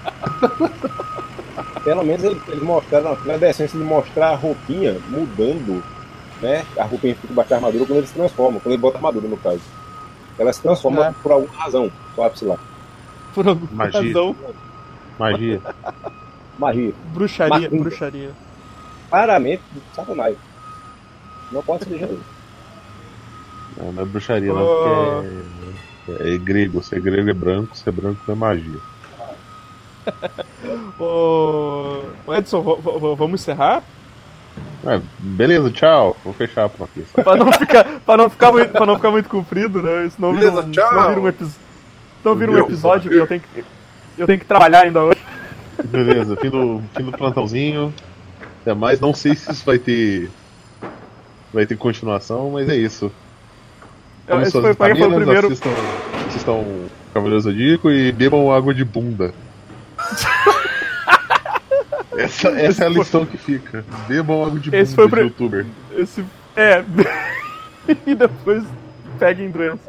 Speaker 6: Pelo menos eles mostraram na decência de mostrar a roupinha mudando, né? A roupinha fica embaixo da armadura quando eles se transformam, quando ele bota a armadura no caso. Ela se transforma por alguma razão, sabe-se lá.
Speaker 2: Por alguma
Speaker 1: Magia.
Speaker 2: razão.
Speaker 1: Magia.
Speaker 6: Magia.
Speaker 2: Bruxaria,
Speaker 6: Macumba.
Speaker 2: bruxaria.
Speaker 6: Claramente, satanás. Não pode ser de jeito.
Speaker 1: Não é bruxaria, não, porque é grego. Ser grego é branco, ser branco é magia.
Speaker 2: Ô Edson, vamos encerrar?
Speaker 1: Beleza, tchau. Vou fechar por aqui.
Speaker 2: Pra não ficar muito comprido, né? Senão
Speaker 3: Beleza, tchau.
Speaker 2: vira um episódio que eu tenho que trabalhar ainda hoje.
Speaker 1: Beleza, fim do plantãozinho. Até mais. Não sei se isso vai ter continuação, mas é isso.
Speaker 2: Esse foi o primeiro.
Speaker 1: Assistam Cavaleiro Zodíaco e bebam água de bunda. Essa é a lição que fica. Bebam água de
Speaker 2: Esse
Speaker 1: bunda
Speaker 2: foi
Speaker 1: de youtuber.
Speaker 2: E depois peguem doença.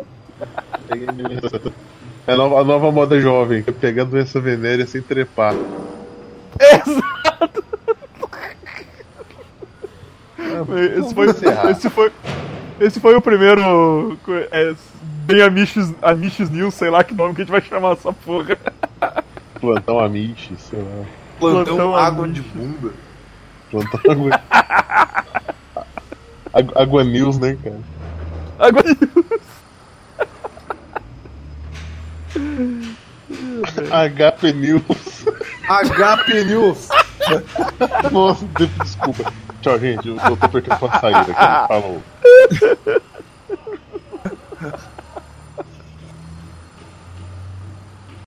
Speaker 1: É a nova moda jovem, que é pegar doença venérea sem trepar.
Speaker 2: Exato! Esse foi o primeiro. Bem Amish News, sei lá que nome que a gente vai chamar essa porra.
Speaker 1: Plantão Amish, sei lá.
Speaker 3: Plantão água de bunda.
Speaker 1: Plantão água. Água News, né, cara?
Speaker 2: Água News.
Speaker 1: HP News.
Speaker 3: HP News.
Speaker 1: Nossa, desculpa. Tchau, gente. Eu tô apertando pra sair daqui. Falou.